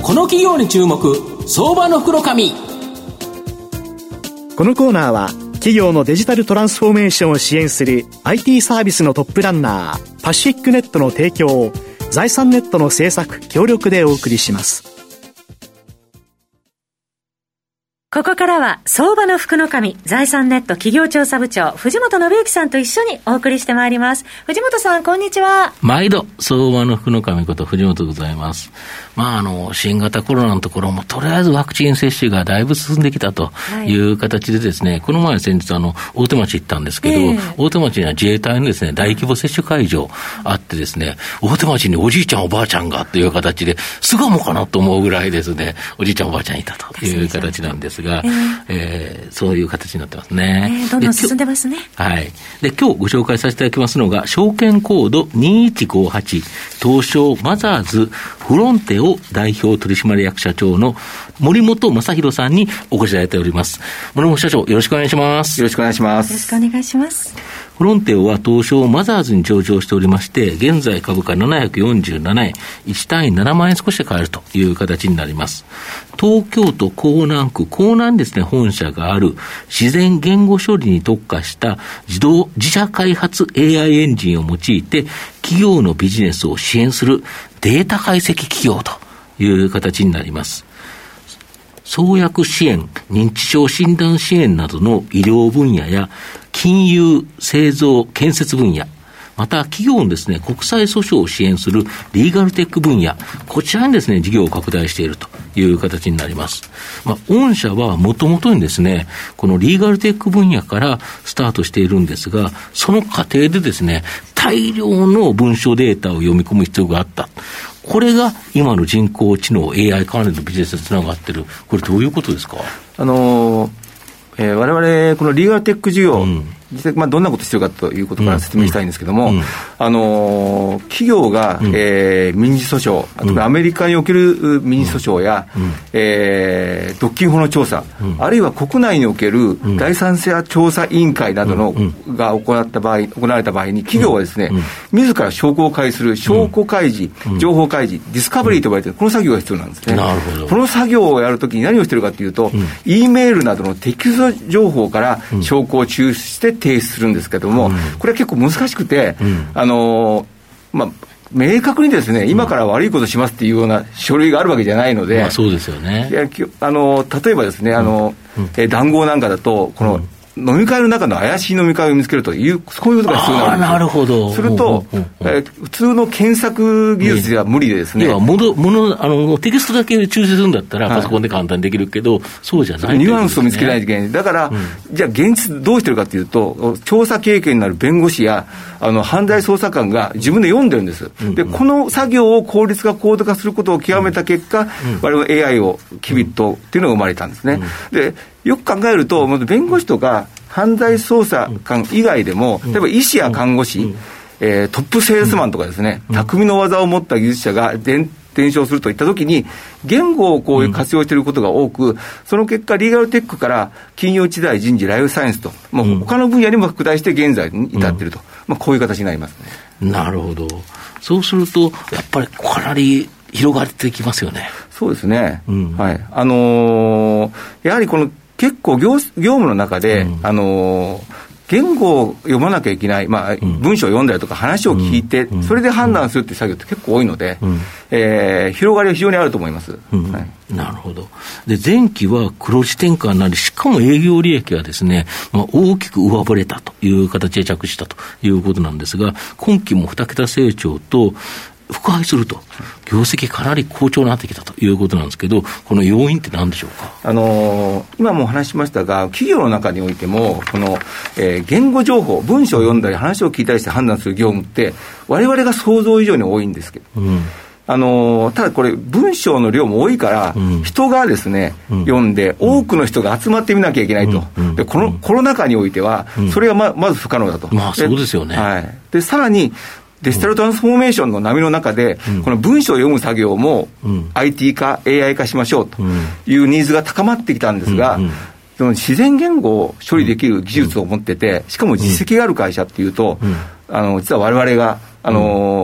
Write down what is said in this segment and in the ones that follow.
この企業に注目、相場の福の神。 このコーナーは企業のデジタルトランスフォーメーションを支援する IT サービスのトップランナーパシフィックネットの提供を財産ネットの制作協力でお送りします。 ここからは相場の福の神、財産ネット企業調査部長藤本信之さんと一緒にお送りしてまいります。藤本さん、こんにちは。 毎度相場の福の神こと藤本でございます。新型コロナのところもとりあえずワクチン接種がだいぶ進んできたという形でですね、この前先日大手町行ったんですけど、大手町には自衛隊のですね大規模接種会場あってですね、大手町におじいちゃんおばあちゃんがという形で巣鴨かなと思うぐらいですね、おじいちゃんおばあちゃんいたという形なんですが、そういう形になってますね。 どんどん進んでますね。 はい。で、今日ご紹介させていただきますのが、証券コード2158、東証マザーズフロンテオ代表取締役社長の森本正弘さんにお越しいただいております。森本社長、よろしくお願いします。 よろしくお願いします。 よろしくお願いします。 フロンテオは東証マザーズに上場しておりまして、現在株価747円、1単位7万円少しで買えるという形になります。東京都江南区、江南にですね、本社がある自然言語処理に特化した自社開発 AI エンジンを用いて、企業のビジネスを支援するデータ解析企業という形になります。創薬支援、認知症診断支援などの医療分野や金融、製造、建設分野、また企業のですね、国際訴訟を支援するリーガルテック分野、こちらにですね、事業を拡大しているという形になります。御社はもともとにですね、このリーガルテック分野からスタートしているんですが、その過程でですね、大量の文書データを読み込む必要があった。これが今の人工知能 AI 関連のビジネスにつながっている。これどういうことですか？ 我々このリーガルテック事業、実際どんなことしてるかということから説明したいんですけども、企業が、民事訴訟、あとアメリカにおける民事訴訟や、独禁法の調査、あるいは国内における第三者調査委員会などの、が行われた場合に、企業はですね、自ら証拠を開示する証拠開示、情報開示、ディスカバリーと呼ばれているこの作業が必要なんですね。 なるほど。 この作業をやるときに何をしているかというと、E メールなどのテキスト情報から証拠を抽出して提出するんですけども、これは結構難しくて、明確にですね、今から悪いことしますっていうような書類があるわけじゃないので、 そうですよね。 例えばですね、談合なんかだと、この飲み会の中の怪しい飲み会を見つけるという、そういうことが必要なんです。 なるほど。 すると、普通の検索技術では無理でですね。 テキストだけ抽出するんだったら、パソコンで簡単にできるけど、そうじゃない、 ニュアンスを見つけないといけない。だから、じゃあ現実どうしてるかというと、調査経験のある弁護士や犯罪捜査官が自分で読んでるんです。で、この作業を効率化、高度化することを極めた結果、我々 AI をキビットっていうのが生まれたんですね。で、よく考えると、弁護士とか犯罪捜査官以外でも、例えば医師や看護師、トップセールスマンとかですね、匠の技を持った技術者が伝承するといったときに、言語をこういう活用していることが多く、その結果、リーガルテックから金融知財、人事、ライフサイエンスと、他の分野にも拡大して現在に至っていると、こういう形になりますね。 なるほど。そうすると、やっぱりかなり広がってきますよね。 そうですね。はい。やはりこの結構業務の中で、言語を読まなきゃいけない、文章を読んだりとか話を聞いて、それで判断するっていう作業って結構多いので、広がりは非常にあると思います。 なるほど。で、前期は黒字転換なり、しかも営業利益はですね、大きく上振れたという形で着地したということなんですが、今期も2桁成長と、復配すると、業績かなり好調になってきたということなんですけど、この要因って何でしょうか。 今もお話しましたが、企業の中においても、この、言語情報、文章を読んだり話を聞いたりして判断する業務って、我々が想像以上に多いんですけど、ただこれ、文章の量も多いから、人がですね、読んで、多くの人が集まってみなきゃいけないと。で、このコロナ禍においては、それがまず不可能だと。 そうですよね。 はい。で、さらに、デジタルトランスフォーメーションの波の中で、この文章を読む作業も IT 化、AI 化しましょうというニーズが高まってきたんですが、その自然言語を処理できる技術を持ってて、しかも実績がある会社っていうと、実は我々が、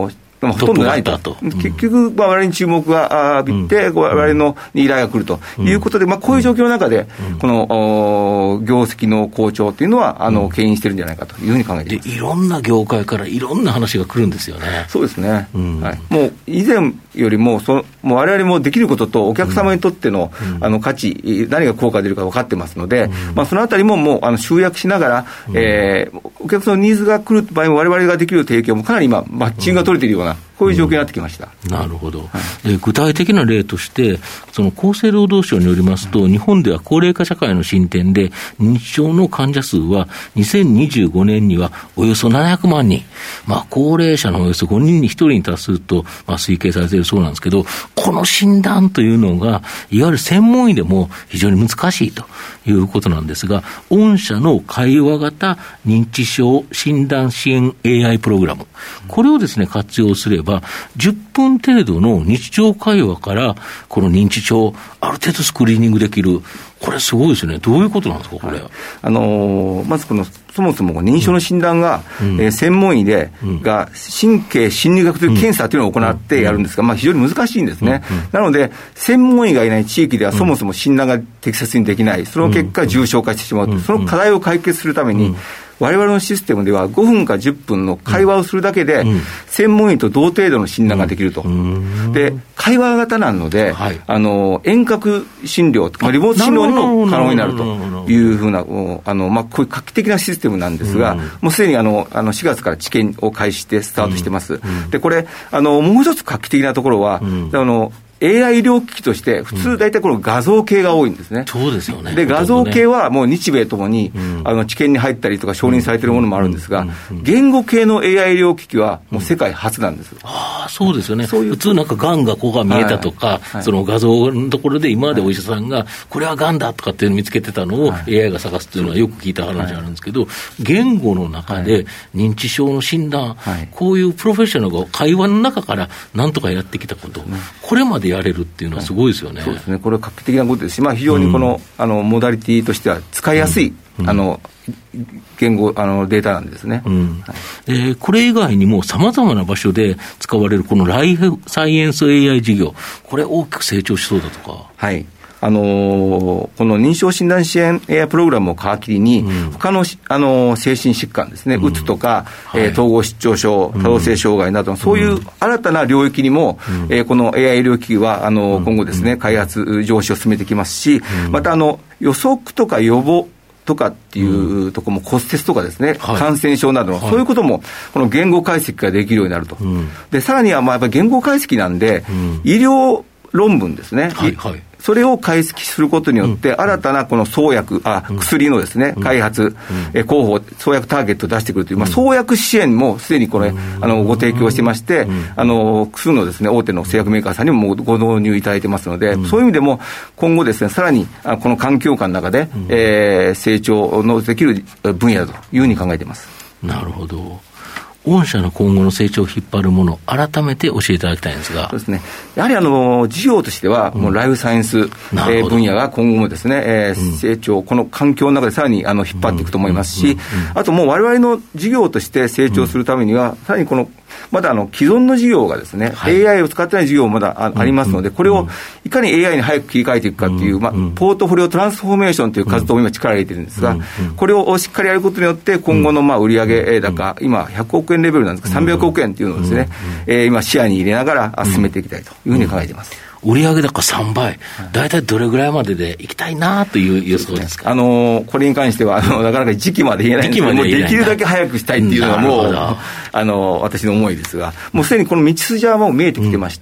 ほとんどないと。結局、我々に注目が浴びて、我々の依頼が来るということで、こういう状況の中で、この業績の好調というのは、牽引してるんじゃないかというふうに考えています。 で、いろんな業界からいろんな話が来るんですよね。 そうですね。はい、もう以前よりも、もう我々もできることと、お客様にとっての、価値、何が効果が出るか分かってますので、そのあたりももう集約しながら、お客様のニーズが来る場合も、我々ができる提供もかなり今、マッチングが取れているような、こういう状況になってきました。 なるほど。具体的な例として、その厚生労働省によりますと、日本では高齢化社会の進展で、認知症の患者数は2025年にはおよそ700万人。高齢者のおよそ5人に1人に達すると、推計されているそうなんですけど、この診断というのが、いわゆる専門医でも非常に難しいということなんですが、御社の会話型認知症診断支援 AI プログラム、これをですね、活用すれば、10分程度の日常会話からこの認知症ある程度スクリーニングできる。これすごいですね。どういうことなんですかこれ、 まずそもそも認知症の診断が、専門医が神経心理学という検査というのを行ってやるんですが、非常に難しいんですね。なので専門医がいない地域ではそもそも診断が適切にできない。その結果重症化してしまう。その課題を解決するために、我々のシステムでは5分か10分の会話をするだけで、専門医と同程度の診断ができると。で、会話型なので、遠隔診療、リモート診療にも可能になるというふうな、こういう画期的なシステムなんですが、もうすでに4月から治験を開始してスタートしてます。で、これ、もう一つ画期的なところは、AI 医療機器として普通大体この画像系が多いんですね。 そうですよね。 で、画像系はもう日米ともに、治験に入ったりとか承認されているものもあるんですが、言語系の AI 医療機器はもう世界初なんです。 そうですよね。普通なんか癌がここが見えたとか、その画像のところで今までお医者さんがこれは癌だとかって見つけてたのを AI が探すっていうのはよく聞いた話あるんですけど、言語の中で認知症の診断、こういうプロフェッショナルが会話の中からなんとかやってきたこと、これまでやれるっていうのはすごいですよね。 そうですね。これは画期的なことですし、非常にこの、モダリティとしては使いやすい、言語データなんですね。 これ以外にもさまざまな場所で使われるこのライフサイエンス AI 事業、これ大きく成長しそうだとか。 はい。この認知症診断支援 AI プログラムを皮切りに、他の、精神疾患ですね、うつとか、統合失調症、多動性障害など、そういう新たな領域にも、この AI 医療機器は、今後ですね、開発、上司を進めてきますし、また、予測とか予防、とかっていうところも骨折とかですね、感染症などの、そういうこともこの言語解析ができるようになると。で、さらにはやっぱり言語解析なんで、医療論文ですね。それを解析することによって、新たなこの創薬、薬のですね、開発、候補、創薬ターゲットを出してくるという、創薬支援もすでにこれ、ご提供してまして、複数のですね、大手の製薬メーカーさんにもご導入いただいてますので、そういう意味でも、今後ですね、さらに、この環境下の中で、成長のできる分野だというふうに考えています。 なるほど。御社の今後の成長を引っ張るもの、改めて教えていただきたいんですが。 そうですね。やはり事業としては、もうライフサイエンス、分野が今後もですね、成長、この環境の中でさらに引っ張っていくと思いますし、あともう我々の事業として成長するためには、さらにこの、まだ既存の事業がですね、AI を使ってない事業もまだありますので、これをいかに AI に早く切り替えていくかっていう、ポートフォリオトランスフォーメーションという活動を今力を入れてるんですが、これをしっかりやることによって、今後の売上高、今100億円レベルなんですが、300億円っていうのをですね、今視野に入れながら進めていきたいというふうに考えています。 売上高3倍、大体どれぐらいまででいきたいなという予想ですか。 これに関してはなかなか時期まで言えないんですけど、もうできるだけ早くしたいっていうのがもう私の思いですが、もうすでにこの道筋はもう見えてきてまして、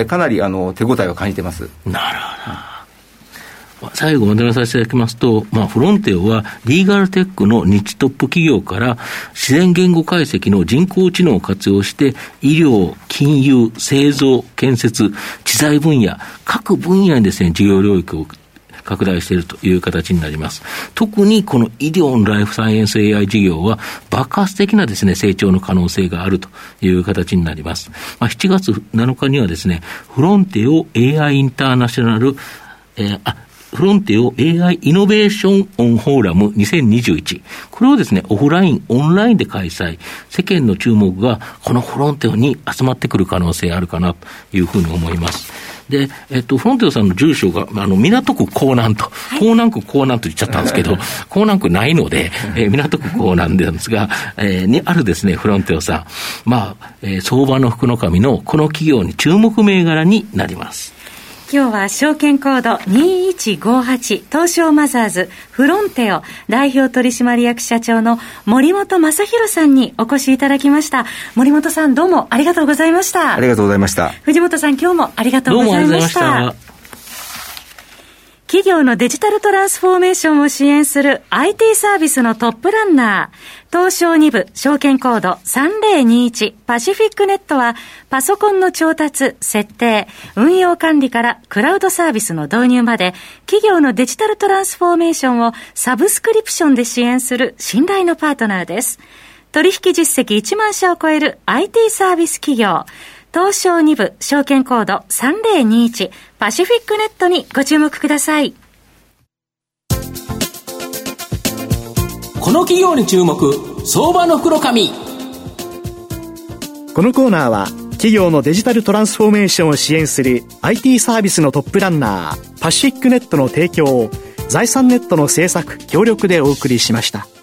かなり手応えを感じています。 なるほど。最後まとめさせていただきますと、フロンテオはリーガルテックの日トップ企業から自然言語解析の人工知能を活用して医療、金融、製造、建設、知財分野、各分野にですね、事業領域を拡大しているという形になります。特にこの医療のライフサイエンス AI 事業は爆発的なですね、成長の可能性があるという形になります。7月7日にはですね、フロンテオ AI インターナショナル、 フロンテオ AI イノベーションオンフォーラム2021。これをですね、オフライン、オンラインで開催。世間の注目がこのフロンテオに集まってくる可能性あるかなというふうに思います。で、フロンテオさんの住所が、港区江南と、江南区江南と言っちゃったんですけど、江南区ないので、港区江南なんですが、にあるですね、フロンテオさん。相場の福の神のこの企業に注目銘柄になります。 今日は証券コード2158東証マザーズフロンテオ代表取締役社長の森本正弘さんにお越しいただきました。森本さん、どうもありがとうございました。 ありがとうございました。 藤本さん、今日もありがとうございました。どうもありがとうございました。企業のデジタルトランスフォーメーションを支援する IT サービスのトップランナー、東証2部証券コード3021パシフィックネットは、パソコンの調達、設定、運用管理からクラウドサービスの導入まで、企業のデジタルトランスフォーメーションをサブスクリプションで支援する信頼のパートナーです。取引実績1万社を超える IT サービス企業、東証2部証券コード3021パシフィックネットにご注目ください。 この企業に注目、相場の福の神。 このコーナーは企業のデジタルトランスフォーメーションを支援する IT サービスのトップランナーパシフィックネットの提供を財産ネットの制作協力でお送りしました。